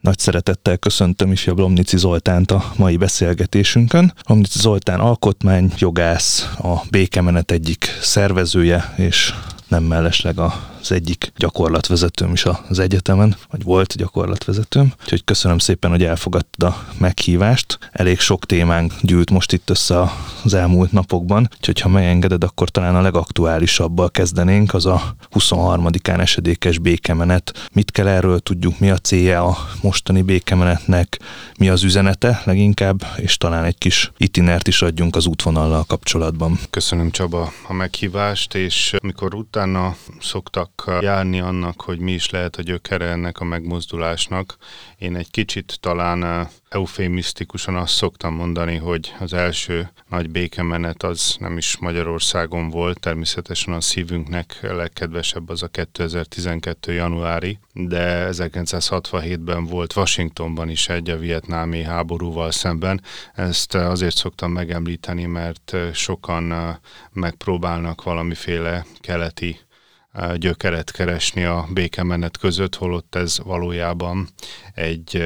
Nagy szeretettel köszöntöm ifjabb Lomnici Zoltánt a mai beszélgetésünkön. Lomnici Zoltán alkotmányjogász, a békemenet egyik szervezője, és nem mellesleg az egyik gyakorlatvezetőm is az egyetemen, vagy volt gyakorlatvezetőm. Úgyhogy köszönöm szépen, hogy elfogadtad a meghívást. Elég sok témánk gyűlt most itt össze az elmúlt napokban, úgyhogy ha megengeded, akkor talán a legaktuálisabbal kezdenénk, az a 23-án esedékes békemenet. Mit kell erről tudjuk, mi a célja a mostani békemenetnek, mi az üzenete leginkább, és talán egy kis itinert is adjunk az útvonallal kapcsolatban. Köszönöm, Csaba, a meghívást, és amikor utána szoktak járni annak, hogy mi is lehet a gyökere ennek a megmozdulásnak, én egy kicsit talán eufémisztikusan azt szoktam mondani, hogy az első nagy békemenet az nem is Magyarországon volt, természetesen a szívünknek legkedvesebb az a 2012. januári, de 1967-ben volt Washingtonban is egy a vietnámi háborúval szemben. Ezt azért szoktam megemlíteni, mert sokan megpróbálnak valamiféle keleti gyökeret keresni a békemenet között, holott ez valójában egy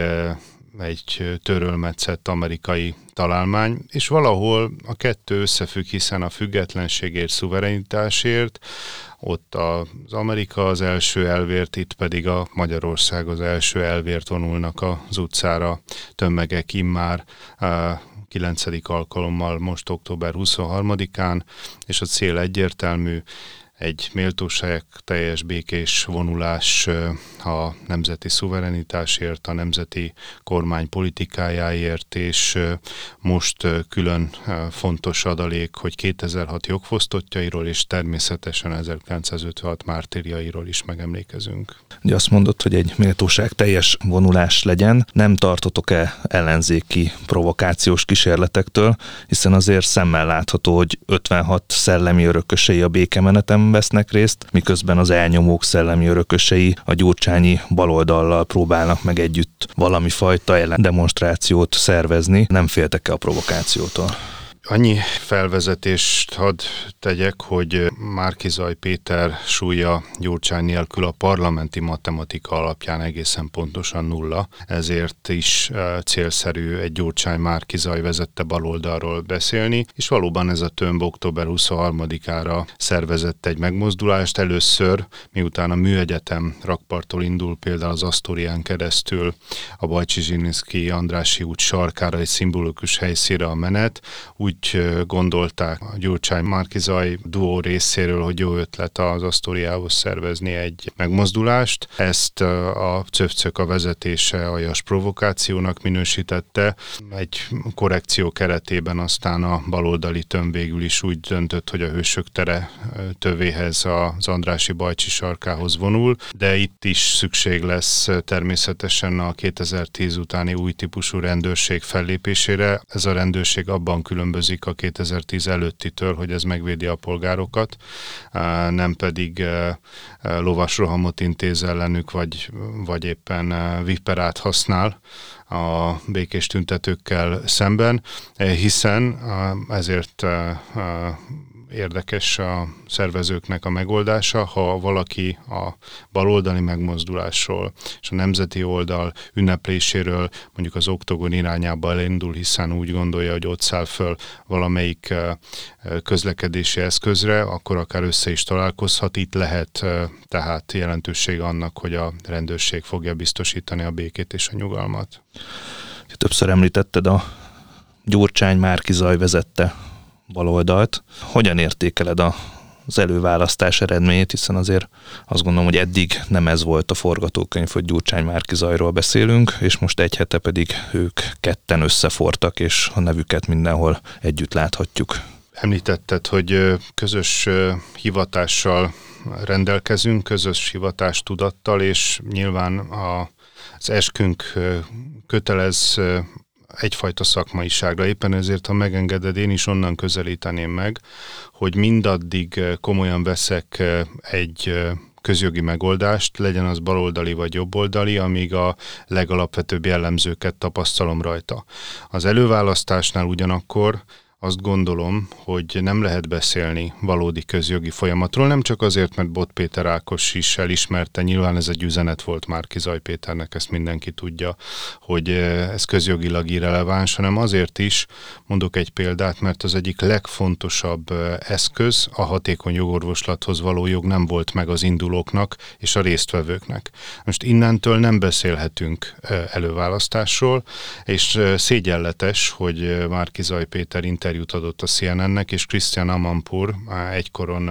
törölmetszett amerikai találmány, és valahol a kettő összefügg, hiszen a függetlenségért, szuverenitásért, ott az Amerika az első elvért, itt pedig a Magyarország az első elvért vonulnak az utcára tömegek immár 9. alkalommal most október 23-án, és a cél egyértelmű, egy méltóságteljes békés vonulás a nemzeti szuverenitásért, a nemzeti kormány politikájáért, és most külön fontos adalék, hogy 2006 jogfosztottjairól és természetesen 1956 mártírjairól is megemlékezünk. Ugye azt mondod, hogy egy méltóságteljes vonulás legyen. Nem tartotok-e ellenzéki provokációs kísérletektől, hiszen azért szemmel látható, hogy 56 szellemi örökösei a békemeneten vesznek részt, miközben az elnyomók szellemi örökösei a gyurcsányi baloldallal próbálnak meg együtt valami fajta ellendemonstrációt szervezni. Nem féltek-e a provokációtól? Annyi felvezetést hadd tegyek, hogy Márki-Zay Péter súlya Gyurcsány nélkül a parlamenti matematika alapján egészen pontosan 0, ezért is célszerű egy Gyurcsány-Márki-Zay vezette baloldalról beszélni, és valóban ez a tömb október 23-ára szervezett egy megmozdulást. Először, miután a Műegyetem rakparttól indul például az Asztórián keresztül a Bajcsy Andrássy út sarkára, egy szimbolikus helyszínre a menet, úgy gondolták a Gyurcsány-Márki-Zay duó részéről, hogy jó ötlet az Asztóriához szervezni egy megmozdulást. Ezt a Cöfcök a vezetése aljas provokációnak minősítette. Egy korrekció keretében aztán a baloldali tömb végül is úgy döntött, hogy a Hősök tere tövéhez, az Andrássy Bajcsy sarkához vonul, de itt is szükség lesz természetesen a 2010 utáni új típusú rendőrség fellépésére. Ez a rendőrség abban különbözik a 2010 előttitől, hogy ez megvédi a polgárokat, nem pedig lovasrohamot intéz ellenük, vagy éppen viperát használ a békés tüntetőkkel szemben, hiszen ezért érdekes a szervezőknek a megoldása, ha valaki a baloldali megmozdulásról és a nemzeti oldal ünnepléséről mondjuk az oktogon irányába elindul, hiszen úgy gondolja, hogy ott száll föl valamelyik közlekedési eszközre, akkor akár össze is találkozhat. Itt lehet tehát jelentőség annak, hogy a rendőrség fogja biztosítani a békét és a nyugalmat. Többször említetted a Gyurcsány-Márki-Zay vezette baloldalt. Hogyan értékeled az előválasztás eredményét, hiszen azért azt gondolom, hogy eddig nem ez volt a forgatókönyv, hogy Gyurcsány-Márki-Zayról beszélünk, és most egy hete pedig ők ketten összefortak, és a nevüket mindenhol együtt láthatjuk. Említetted, hogy közös hivatással rendelkezünk, közös hivatástudattal, és nyilván az eskünk kötelez egyfajta szakmaiságra. Éppen ezért, ha megengeded, én is onnan közelíteném meg, hogy mindaddig komolyan veszek egy közjogi megoldást, legyen az baloldali vagy jobboldali, amíg a legalapvetőbb jellemzőket tapasztalom rajta. Az előválasztásnál ugyanakkor azt gondolom, hogy nem lehet beszélni valódi közjogi folyamatról, nem csak azért, mert Bot Péter Ákos is elismerte, nyilván ez egy üzenet volt Márki-Zay Péternek, ezt mindenki tudja, hogy ez közjogilag irreleváns, hanem azért is, mondok egy példát, mert az egyik legfontosabb eszköz, a hatékony jogorvoslathoz való jog nem volt meg az indulóknak és a résztvevőknek. Most innentől nem beszélhetünk előválasztásról, és szégyenletes, hogy Márki-Zay Péter interjút adott a CNN-nek, és Christian Amanpour, egykoron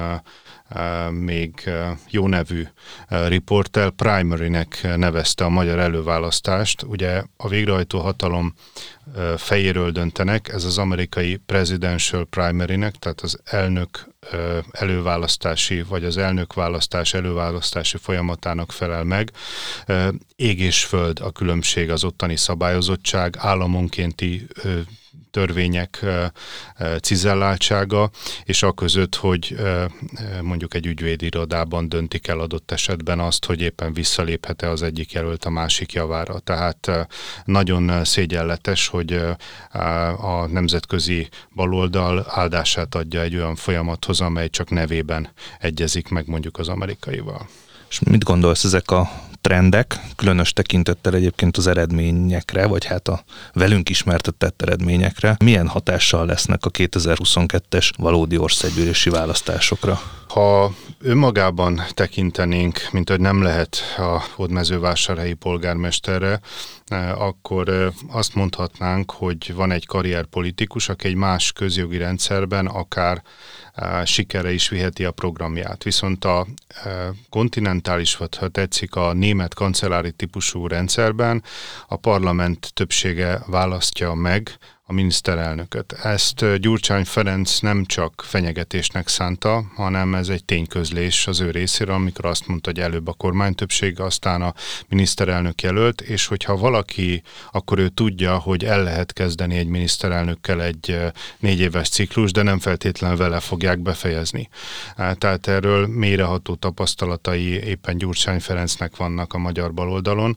még jó nevű riporter, primary-nek nevezte a magyar előválasztást. Ugye a végrehajtó hatalom fejéről döntenek, ez az amerikai presidential primary-nek, tehát az elnök előválasztási, vagy az elnökválasztás előválasztási folyamatának felel meg. Ég és föld a különbség az ottani szabályozottság, államonkénti törvények cizelláltsága, és aközött, hogy mondjuk egy ügyvédirodában döntik el adott esetben azt, hogy éppen visszaléphet-e az egyik jelölt a másik javára. Tehát nagyon szégyenletes, hogy a nemzetközi baloldal áldását adja egy olyan folyamathoz, amely csak nevében egyezik meg mondjuk az amerikaival. És mit gondolsz, ezek a trendek, különös tekintettel egyébként az eredményekre, vagy hát a velünk ismertetett eredményekre, milyen hatással lesznek a 2022-es valódi országgyűlési választásokra? Ha önmagában tekintenénk, mint hogy nem lehet a hódmezővásárhelyi polgármesterre, akkor azt mondhatnánk, hogy van egy karrierpolitikus, aki egy más közjogi rendszerben akár sikerre is viheti a programját. Viszont a kontinentális, vagy ha tetszik, a német kancellári típusú rendszerben a parlament többsége választja meg a miniszterelnököt. Ezt Gyurcsány Ferenc nem csak fenyegetésnek szánta, hanem ez egy tényközlés az ő részéről, amikor azt mondta, hogy előbb a kormány többsége, aztán a miniszterelnök jelölt, és hogyha valaki, akkor ő tudja, hogy el lehet kezdeni egy miniszterelnökkel egy 4 éves ciklus, de nem feltétlenül vele fogják befejezni. Tehát erről mélyreható tapasztalatai éppen Gyurcsány Ferencnek vannak a magyar baloldalon.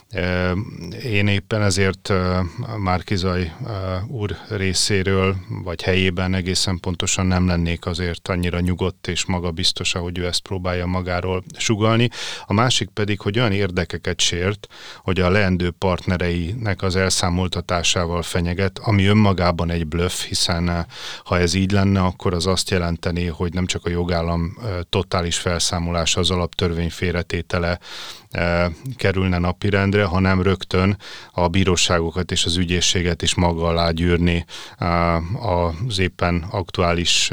Én éppen ezért Márki-Zay úr részéről, vagy helyében egészen pontosan nem lennék azért annyira nyugodt és magabiztos, ahogy ő ezt próbálja magáról sugallni. A másik pedig, hogy olyan érdekeket sért, hogy a leendő partnereinek az elszámoltatásával fenyeget, ami önmagában egy bluff, hiszen ha ez így lenne, akkor az azt jelenteni, hogy nem csak a jogállam totális felszámolása, az alaptörvény félretétele kerülne napirendre, hanem rögtön a bíróságokat és az ügyészséget is maga alá gyűrni az éppen aktuális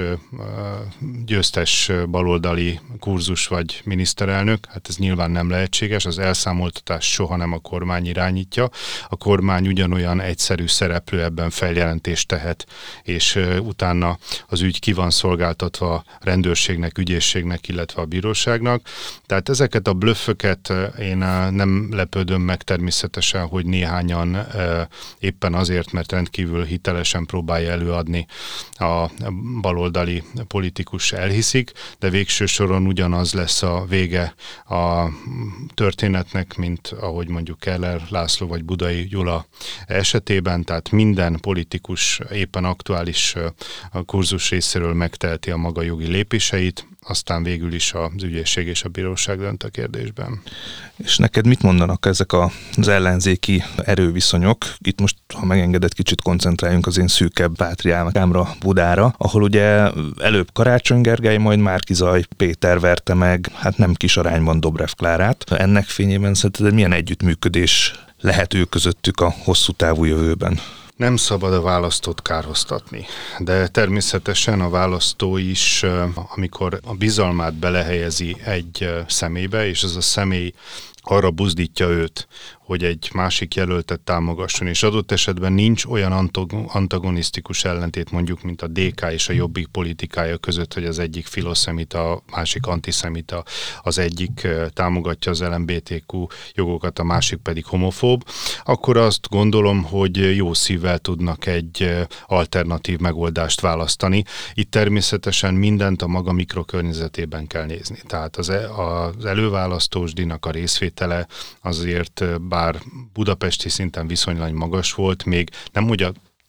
győztes baloldali kurzus vagy miniszterelnök. Hát ez nyilván nem lehetséges, az elszámoltatás soha nem a kormány irányítja. A kormány ugyanolyan egyszerű szereplő, ebben feljelentést tehet, és utána az ügy ki van szolgáltatva rendőrségnek, ügyészségnek, illetve a bíróságnak. Tehát ezeket a blöfföket én nem lepődöm meg természetesen, hogy néhányan éppen azért, mert rendkívül hitelesen próbálja előadni a baloldali politikus elhiszik, de végső soron ugyanaz lesz a vége a történetnek, mint ahogy mondjuk Keller László vagy Budai Gyula esetében, tehát minden politikus éppen aktuális kurzus részéről megteheti a maga jogi lépéseit, aztán végül is az ügyészség és a bíróság dönt a kérdésben. És neked mit mondanak ezek az ellenzéki erőviszonyok? Itt most, ha megengedett, kicsit koncentráljunk az én szűkebb pátriámra, Budára, ahol ugye előbb Karácsony Gergely, majd Márki-Zay Péter verte meg, hát nem kis arányban Dobrev Klárát. Ennek fényében szerinted milyen együttműködés lehet ő közöttük a hosszú távú jövőben? Nem szabad a választót kárhoztatni, de természetesen a választó is, amikor a bizalmát belehelyezi egy személybe, és ez a személy arra buzdítja őt, hogy egy másik jelöltet támogasson, és adott esetben nincs olyan antagonisztikus ellentét mondjuk, mint a DK és a Jobbik politikája között, hogy az egyik filoszemita, a másik antiszemita, az egyik támogatja az LMBTQ jogokat, a másik pedig homofób, akkor azt gondolom, hogy jó szívvel tudnak egy alternatív megoldást választani. Itt természetesen mindent a maga mikrokörnyezetében kell nézni. Tehát az előválasztósdíjnak a részvétele azért bár budapesti szinten viszonylag magas volt, még nem úgy a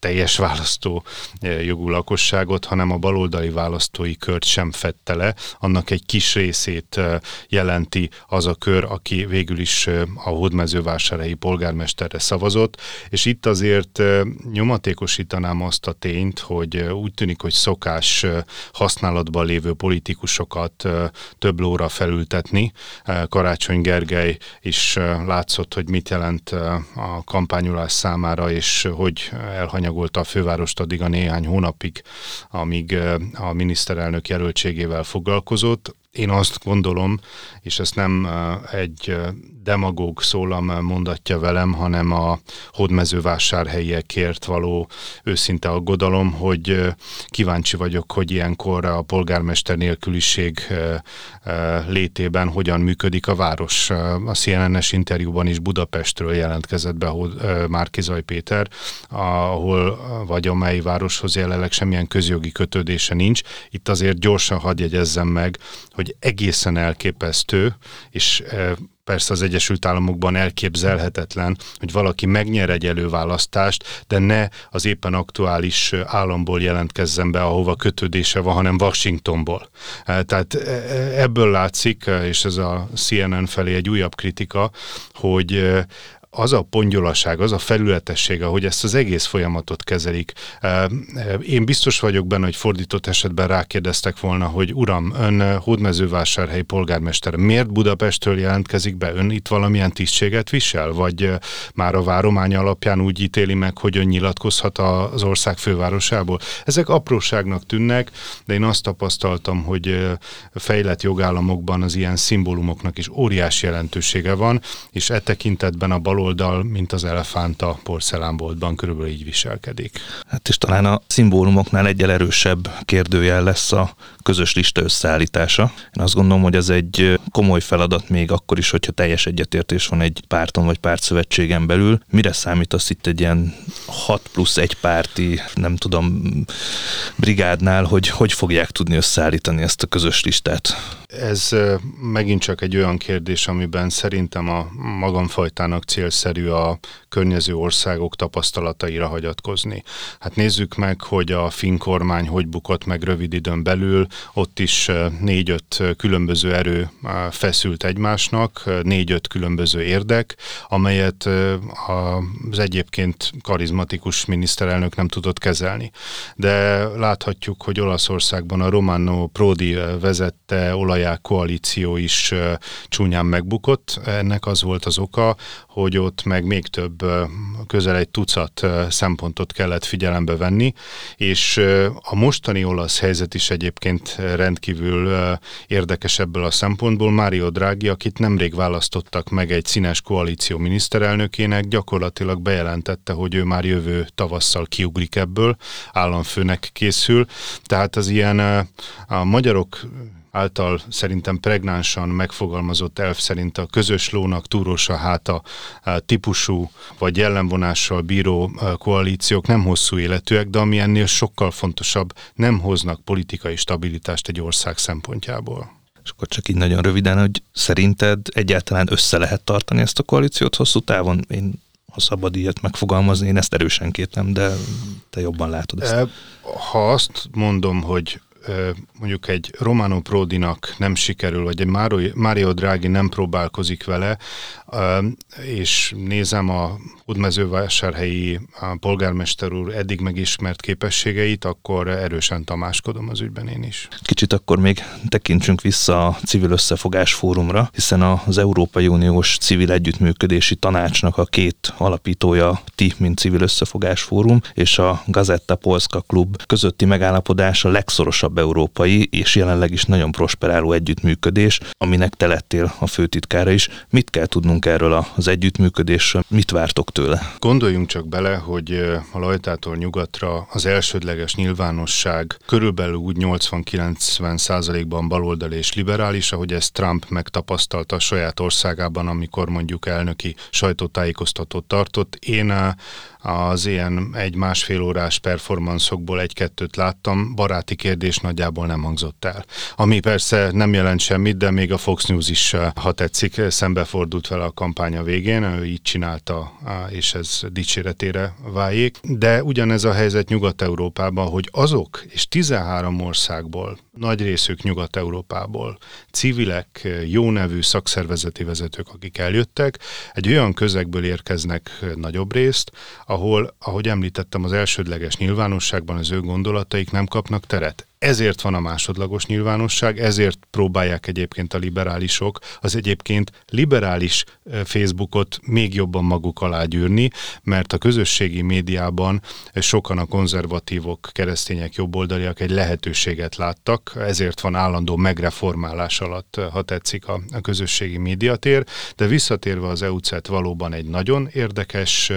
teljes választó jogú lakosságot, hanem a baloldali választói kört sem fedte le. Annak egy kis részét jelenti az a kör, aki végül is a hódmezővásárhelyi polgármesterre szavazott, és itt azért nyomatékosítanám azt a tényt, hogy úgy tűnik, hogy szokás használatban lévő politikusokat több lóra felültetni. Karácsony Gergely is látszott, hogy mit jelent a kampányolás számára, és hogy elhanyagolta a fővárost addig a néhány hónapig, amíg a miniszterelnök jelöltségével foglalkozott. Én azt gondolom, és ezt nem egy demagóg szólam mondatja velem, hanem a hódmezővásárhelyiekért való őszinte aggodalom, hogy kíváncsi vagyok, hogy ilyenkor a polgármester nélküliség létében hogyan működik a város. A CNN-es interjúban is Budapestről jelentkezett be Márki-Zay Péter, amely városhoz jelenleg semmilyen közjogi kötődése nincs. Itt azért gyorsan hadd jegyezzem meg, hogy egészen elképesztő, és persze az Egyesült Államokban elképzelhetetlen, hogy valaki megnyer egy előválasztást, de ne az éppen aktuális államból jelentkezzen be, ahova kötődése van, hanem Washingtonból. Tehát ebből látszik, és ez a CNN felé egy újabb kritika, hogy az a pongyolaság, az a felületesség, ahogy ezt az egész folyamatot kezelik. Én biztos vagyok benne, hogy fordított esetben rákérdeztek volna, hogy uram, ön Hódmezővásárhelyi polgármester, miért Budapestről jelentkezik be? Ön itt valamilyen tisztséget visel? Vagy már a váromány alapján úgy ítéli meg, hogy ön nyilatkozhat az ország fővárosából? Ezek apróságnak tűnnek, de én azt tapasztaltam, hogy fejlett jogállamokban az ilyen szimbólumoknak is óriási jelentősége van, és e tekintetben a baloldal, mint az elefánt a porcelánboltban körülbelül így viselkedik. Hát és talán a szimbólumoknál egyel erősebb kérdőjel lesz a közös lista összeállítása. Én azt gondolom, hogy ez egy komoly feladat még akkor is, hogyha teljes egyetértés van egy párton vagy pártszövetségen belül. Mire számítasz itt egy ilyen 6+1 párti, nem tudom, brigádnál, hogy fogják tudni összeállítani ezt a közös listát? Ez megint csak egy olyan kérdés, amiben szerintem a magamfajtának célszerű a környező országok tapasztalataira hagyatkozni. Hát nézzük meg, hogy a finn kormány hogy bukott meg rövid időn belül, ott is 4-5 különböző erő feszült egymásnak, 4-5 különböző érdek, amelyet az egyébként karizmatikus miniszterelnök nem tudott kezelni. De láthatjuk, hogy Olaszországban a Romano Prodi vezette olaják koalíció is csúnyán megbukott. Ennek az volt az oka, hogy ott meg még több, közel egy tucat szempontot kellett figyelembe venni, és a mostani olasz helyzet is egyébként rendkívül érdekes ebből a szempontból. Mario Draghi, akit nemrég választottak meg egy színes koalíció miniszterelnökének, gyakorlatilag bejelentette, hogy ő már jövő tavasszal kiugrik ebből, államfőnek készül. Tehát az ilyen a magyarok által szerintem pregnánsan megfogalmazott elv szerint a közös lónak túros a háta típusú vagy jellemvonással bíró koalíciók nem hosszú életűek, de ami ennél sokkal fontosabb, nem hoznak politikai stabilitást egy ország szempontjából. És akkor csak így nagyon röviden, hogy szerinted egyáltalán össze lehet tartani ezt a koalíciót hosszú távon? Ha szabad ilyet megfogalmazni, én ezt erősen kétlem, de te jobban látod ezt. Ha azt mondom, hogy mondjuk egy Romano Prodinak nem sikerül, vagy egy Mario Draghi nem próbálkozik vele, és nézem a hódmezővásárhelyi polgármester úr eddig megismert képességeit, akkor erősen tamáskodom az ügyben én is. Kicsit akkor még tekintsünk vissza a Civil Összefogás Fórumra, hiszen az Európai Uniós Civil Együttműködési Tanácsnak a két alapítója, ti, mint Civil Összefogás Fórum, és a Gazeta Polska Klub közötti megállapodás a legszorosabb európai és jelenleg is nagyon prosperáló együttműködés, aminek te lettél a főtitkára is. Mit kell tudnunk erről az együttműködésről? Mit vártok tőle? Gondoljunk csak bele, hogy a Lajtától nyugatra az elsődleges nyilvánosság körülbelül úgy 80-90%-ban baloldali és liberális, ahogy ezt Trump megtapasztalta a saját országában, amikor mondjuk elnöki sajtótájékoztatót tartott. Én az ilyen 1-1,5 órás performanszokból 1-2-t láttam, baráti kérdés nagyjából nem hangzott el. Ami persze nem jelent semmit, de még a Fox News is, ha tetszik, szembefordult vele a kampánya végén, ő így csinálta, és ez dicséretére váljék. De ugyanez a helyzet Nyugat-Európában, hogy azok, és 13 országból, nagy részük Nyugat-Európából, civilek, jó nevű szakszervezeti vezetők, akik eljöttek, egy olyan közegből érkeznek nagyobb részt, ahol, ahogy említettem, az elsődleges nyilvánosságban az ő gondolataik nem kapnak teret. Ezért van a másodlagos nyilvánosság, ezért próbálják egyébként a liberálisok az egyébként liberális Facebookot még jobban maguk alá gyűrni, mert a közösségi médiában sokan a konzervatívok, keresztények, jobboldaliak egy lehetőséget láttak, ezért van állandó megreformálás alatt, ha tetszik, a közösségi médiatér, de visszatérve az EUCET valóban egy nagyon érdekes,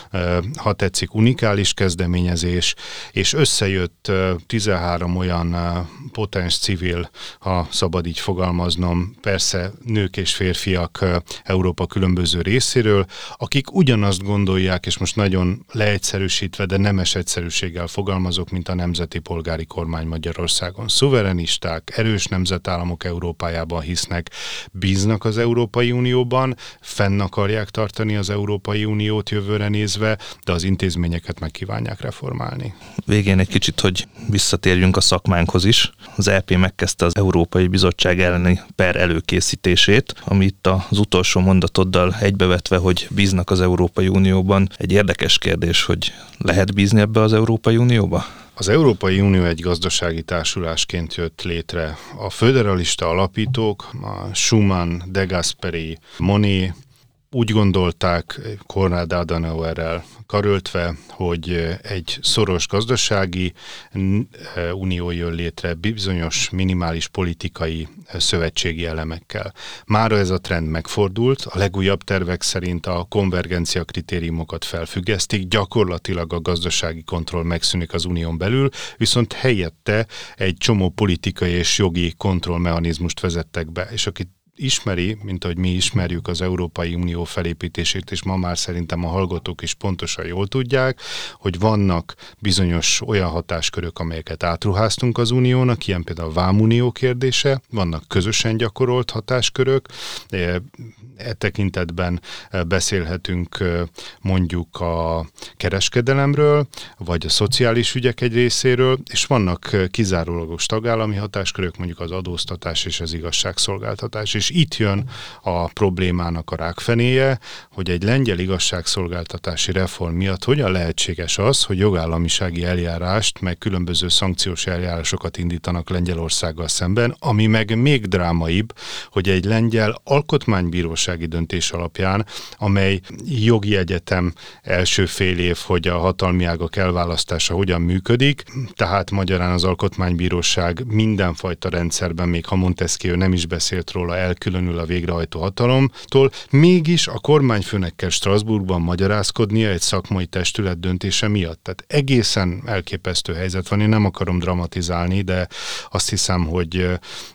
ha tetszik, unikális kezdeményezés, és összejött 13 olyan potens civil, ha szabad így fogalmaznom, persze nők és férfiak Európa különböző részéről, akik ugyanazt gondolják, és most nagyon leegyszerűsítve, de nemes egyszerűséggel fogalmazok, mint a nemzeti polgári kormány Magyarországon. Szuverenisták, erős nemzetállamok Európájában hisznek, bíznak az Európai Unióban, fenn akarják tartani az Európai Uniót jövőre nézve, de az intézményeket meg kívánják reformálni. Végén egy kicsit, hogy visszatérjünk a szakmánkhoz is. Az EP megkezdte az Európai Bizottság elleni per előkészítését, ami itt az utolsó mondatoddal egybevetve, hogy bíznak az Európai Unióban. Egy érdekes kérdés, hogy lehet bízni ebbe az Európai Unióba? Az Európai Unió egy gazdasági társulásként jött létre. A föderalista alapítók, a Schuman, De Gasperi, Monnet úgy gondolták, Konrad Adenauerrel karöltve, hogy egy szoros gazdasági unió jön létre bizonyos minimális politikai szövetségi elemekkel. Mára ez a trend megfordult, a legújabb tervek szerint a konvergencia kritériumokat felfüggesztik, gyakorlatilag a gazdasági kontroll megszűnik az unión belül, viszont helyette egy csomó politikai és jogi kontrollmechanizmust vezettek be, és akit ismeri, mint ahogy mi ismerjük az Európai Unió felépítését, és ma már szerintem a hallgatók is pontosan jól tudják, hogy vannak bizonyos olyan hatáskörök, amelyeket átruháztunk az uniónak, ilyen például a vámunió kérdése, vannak közösen gyakorolt hatáskörök, e tekintetben beszélhetünk mondjuk a kereskedelemről, vagy a szociális ügyek egy részéről, és vannak kizárólagos tagállami hatáskörök, mondjuk az adóztatás és az igazságszolgáltatás. És itt jön a problémának a rákfenéje, hogy egy lengyel igazságszolgáltatási reform miatt hogyan lehetséges az, hogy jogállamisági eljárást, meg különböző szankciós eljárásokat indítanak Lengyelországgal szemben, ami meg még drámaibb, hogy egy lengyel alkotmánybírósági döntés alapján, amely jogi egyetem első fél év, hogy a hatalmi ágak elválasztása hogyan működik, tehát magyarán az alkotmánybíróság mindenfajta rendszerben, még ha Montesquieu nem is beszélt róla, elkülönül a végrehajtó hatalomtól, mégis a kormányfőnek kell Strasbourgban magyarázkodnia egy szakmai testület döntése miatt. Tehát egészen elképesztő helyzet van, én nem akarom dramatizálni, de azt hiszem, hogy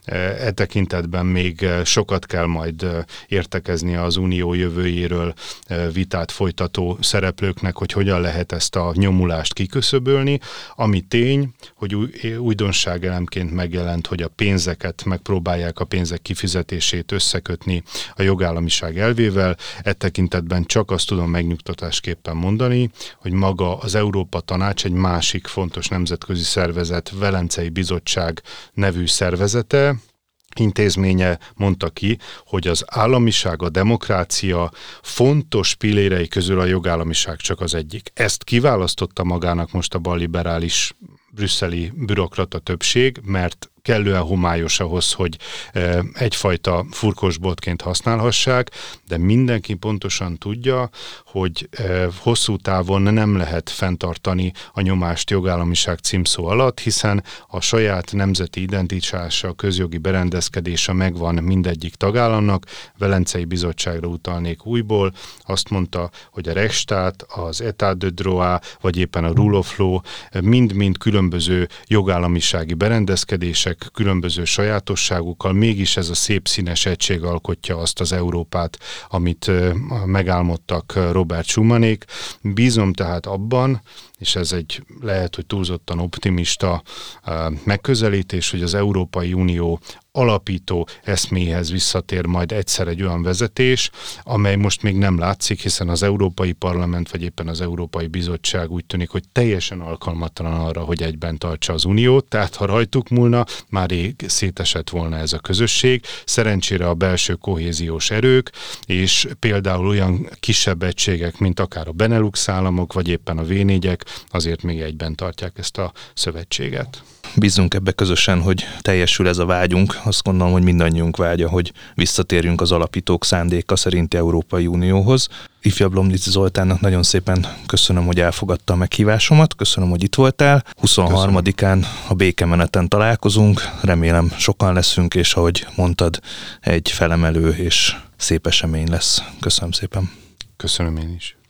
e tekintetben még sokat kell majd értekezni az unió jövőjéről vitát folytató szereplőknek, hogy hogyan lehet ezt a nyomulást kiküszöbölni, ami tény, hogy újdonságelemként megjelent, hogy a pénzeket megpróbálják a pénzek kifizetését összekötni a jogállamiság elvével. E tekintetben csak azt tudom megnyugtatásképpen mondani, hogy maga az Európa Tanács egy másik fontos nemzetközi szervezet, Velencei Bizottság nevű szervezete, intézménye mondta ki, hogy az államiság, a demokrácia fontos pillérei közül a jogállamiság csak az egyik. Ezt kiválasztotta magának most a balliberális brüsszeli bürokrata többség, mert kellően homályos ahhoz, hogy egyfajta furkosbotként használhassák, de mindenki pontosan tudja, hogy hosszú távon nem lehet fenntartani a nyomást jogállamiság címszó alatt, hiszen a saját nemzeti identitása, a közjogi berendezkedése megvan mindegyik tagállamnak. Velencei Bizottságra utalnék újból. Azt mondta, hogy a Rechtsstaat, az État de droit, vagy éppen a Rule of Law mind-mind különböző jogállamisági berendezkedések, nemzetek különböző sajátosságukkal, mégis ez a szép színes egység alkotja azt az Európát, amit megálmodtak Robert Schumanék. Bízom tehát abban, és ez egy lehet, hogy túlzottan optimista megközelítés, hogy az Európai Unió alapító eszméhez visszatér majd egyszer egy olyan vezetés, amely most még nem látszik, hiszen az Európai Parlament, vagy éppen az Európai Bizottság úgy tűnik, hogy teljesen alkalmatlan arra, hogy egyben tartsa az Uniót, tehát ha rajtuk múlna, már rég szétesett volna ez a közösség. Szerencsére a belső kohéziós erők, és például olyan kisebb egységek, mint akár a Benelux államok, vagy éppen a V4-ek, azért még egyben tartják ezt a szövetséget. Bízunk ebbe közösen, hogy teljesül ez a vágyunk. Azt gondolom, hogy mindannyiunk vágya, hogy visszatérjünk az alapítók szándéka szerinti Európai Unióhoz. Ifjabb Lomnici Zoltánnak nagyon szépen köszönöm, hogy elfogadta a meghívásomat, köszönöm, hogy itt voltál. 23-án a békemeneten találkozunk, remélem sokan leszünk, és ahogy mondtad, egy felemelő és szép esemény lesz. Köszönöm szépen. Köszönöm én is.